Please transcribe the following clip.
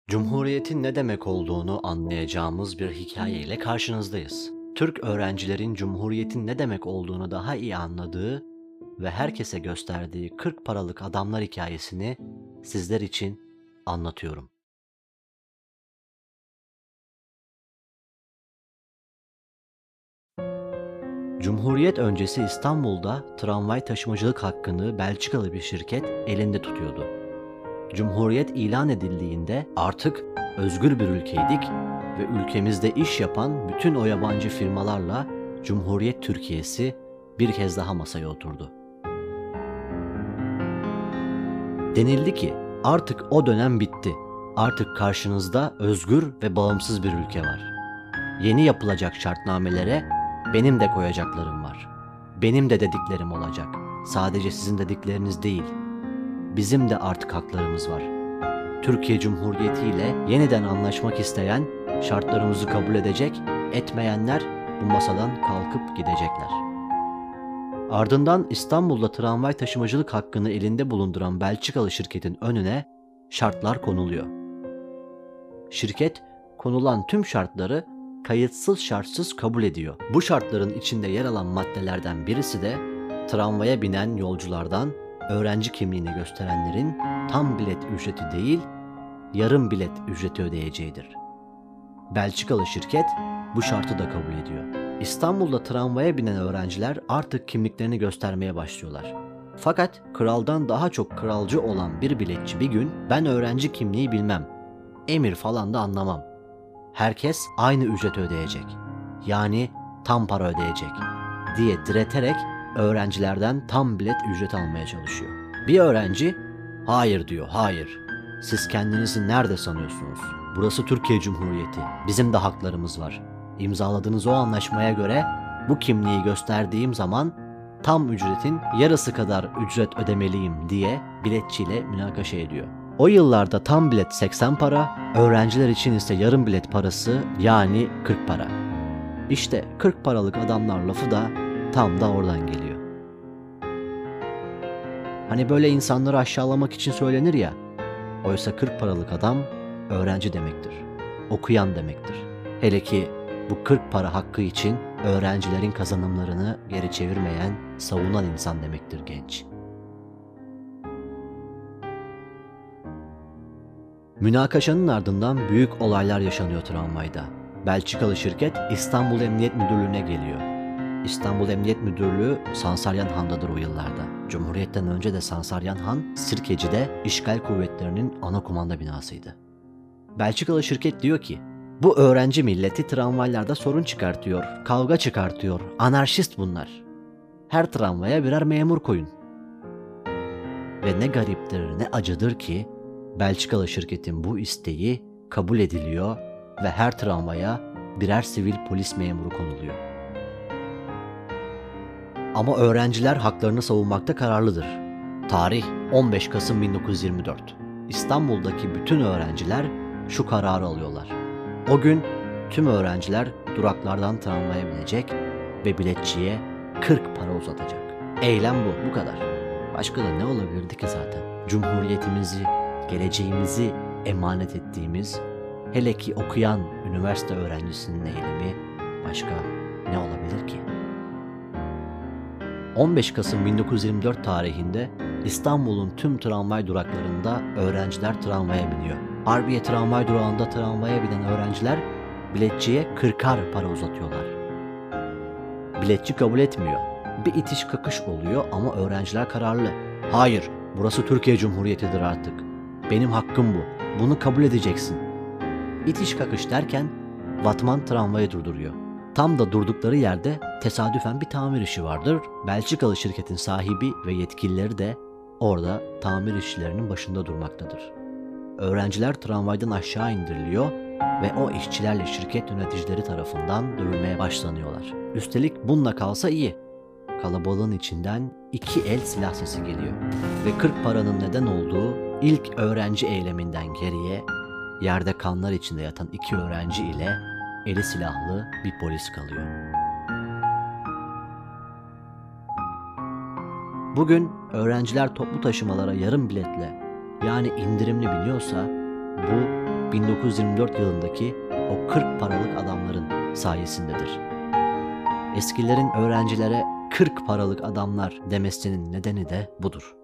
Cumhuriyetin ne demek olduğunu anlayacağımız bir hikaye ile karşınızdayız. Türk öğrencilerin Cumhuriyetin ne demek olduğunu daha iyi anladığı ve herkese gösterdiği 40 paralık adamlar hikayesini sizler için anlatıyorum. Cumhuriyet öncesi İstanbul'da tramvay taşımacılık hakkını Belçikalı bir şirket elinde tutuyordu. Cumhuriyet ilan edildiğinde artık özgür bir ülkeydik ve ülkemizde iş yapan bütün o yabancı firmalarla Cumhuriyet Türkiye'si bir kez daha masaya oturdu. Denildi ki artık o dönem bitti. Artık karşınızda özgür ve bağımsız bir ülke var. Yeni yapılacak şartnamelere benim de koyacaklarım var. Benim de dediklerim olacak. Sadece sizin dedikleriniz değil. Bizim de artık haklarımız var. Türkiye Cumhuriyeti ile yeniden anlaşmak isteyen şartlarımızı kabul edecek, etmeyenler bu masadan kalkıp gidecekler. Ardından İstanbul'da tramvay taşımacılık hakkını elinde bulunduran Belçikalı şirketin önüne şartlar konuluyor. Şirket konulan tüm şartları kayıtsız şartsız kabul ediyor. Bu şartların içinde yer alan maddelerden birisi de tramvaya binen yolculardan öğrenci kimliğini gösterenlerin tam bilet ücreti değil, yarım bilet ücreti ödeyeceğidir. Belçikalı şirket bu şartı da kabul ediyor. İstanbul'da tramvaya binen öğrenciler artık kimliklerini göstermeye başlıyorlar. Fakat kraldan daha çok kralcı olan bir biletçi bir gün ben öğrenci kimliği bilmem, emir falan da anlamam. Herkes aynı ücreti ödeyecek. Yani tam para ödeyecek diye direterek öğrencilerden tam bilet ücreti almaya çalışıyor. Bir öğrenci hayır diyor, hayır. Siz kendinizi nerede sanıyorsunuz? Burası Türkiye Cumhuriyeti. Bizim de haklarımız var. İmzaladığınız o anlaşmaya göre bu kimliği gösterdiğim zaman tam ücretin yarısı kadar ücret ödemeliyim diye biletçiyle münakaşa ediyor. O yıllarda tam bilet 80 para, öğrenciler için ise yarım bilet parası yani 40 para. İşte 40 paralık adamlar lafı da tam da oradan geliyor. Hani böyle insanları aşağılamak için söylenir ya, oysa 40 paralık adam öğrenci demektir, okuyan demektir. Hele ki bu 40 para hakkı için öğrencilerin kazanımlarını geri çevirmeyen, savunan insan demektir genç. Münakaşanın ardından büyük olaylar yaşanıyor tramvayda. Belçikalı şirket İstanbul Emniyet Müdürlüğü'ne geliyor. İstanbul Emniyet Müdürlüğü Sansaryan Han'dadır o yıllarda. Cumhuriyet'ten önce de Sansaryan Han, Sirkeci'de işgal kuvvetlerinin ana kumanda binasıydı. Belçikalı şirket diyor ki, bu öğrenci milleti tramvaylarda sorun çıkartıyor, kavga çıkartıyor, anarşist bunlar. Her tramvaya birer memur koyun. Ve ne gariptir ne acıdır ki Belçikalı şirketin bu isteği kabul ediliyor ve her tramvaya birer sivil polis memuru konuluyor. Ama öğrenciler haklarını savunmakta kararlıdır. Tarih 15 Kasım 1924. İstanbul'daki bütün öğrenciler şu kararı alıyorlar. O gün tüm öğrenciler duraklardan tramvaya binecek ve biletçiye 40 para uzatacak. Eylem bu kadar. Başka da ne olabilirdi ki zaten? Cumhuriyetimizi, geleceğimizi emanet ettiğimiz, hele ki okuyan üniversite öğrencisinin eylemi başka ne olabilir ki? 15 Kasım 1924 tarihinde İstanbul'un tüm tramvay duraklarında öğrenciler tramvaya biniyor. Harbiye tramvay durağında tramvaya binen öğrenciler biletçiye 40'ar para uzatıyorlar. Biletçi kabul etmiyor. Bir itiş kakış oluyor ama öğrenciler kararlı. Hayır, burası Türkiye Cumhuriyeti'dir artık. Benim hakkım bu. Bunu kabul edeceksin. İtiş kakış derken Vatman tramvayı durduruyor. Tam da durdukları yerde tesadüfen bir tamir işi vardır. Belçikalı şirketin sahibi ve yetkilileri de orada tamir işçilerinin başında durmaktadır. Öğrenciler tramvaydan aşağı indiriliyor ve o işçilerle şirket yöneticileri tarafından dövülmeye başlanıyorlar. Üstelik bununla kalsa iyi. Kalabalığın içinden 2 el silah sesi geliyor. Ve 40 paranın neden olduğu ilk öğrenci eyleminden geriye yerde kanlar içinde yatan 2 öğrenci ile eli silahlı bir polis kalıyor. Bugün öğrenciler toplu taşımalara yarım biletle yani indirimli biniyorsa bu 1924 yılındaki o 40 paralık adamların sayesindedir. Eskilerin öğrencilere 40 paralık adamlar demesinin nedeni de budur.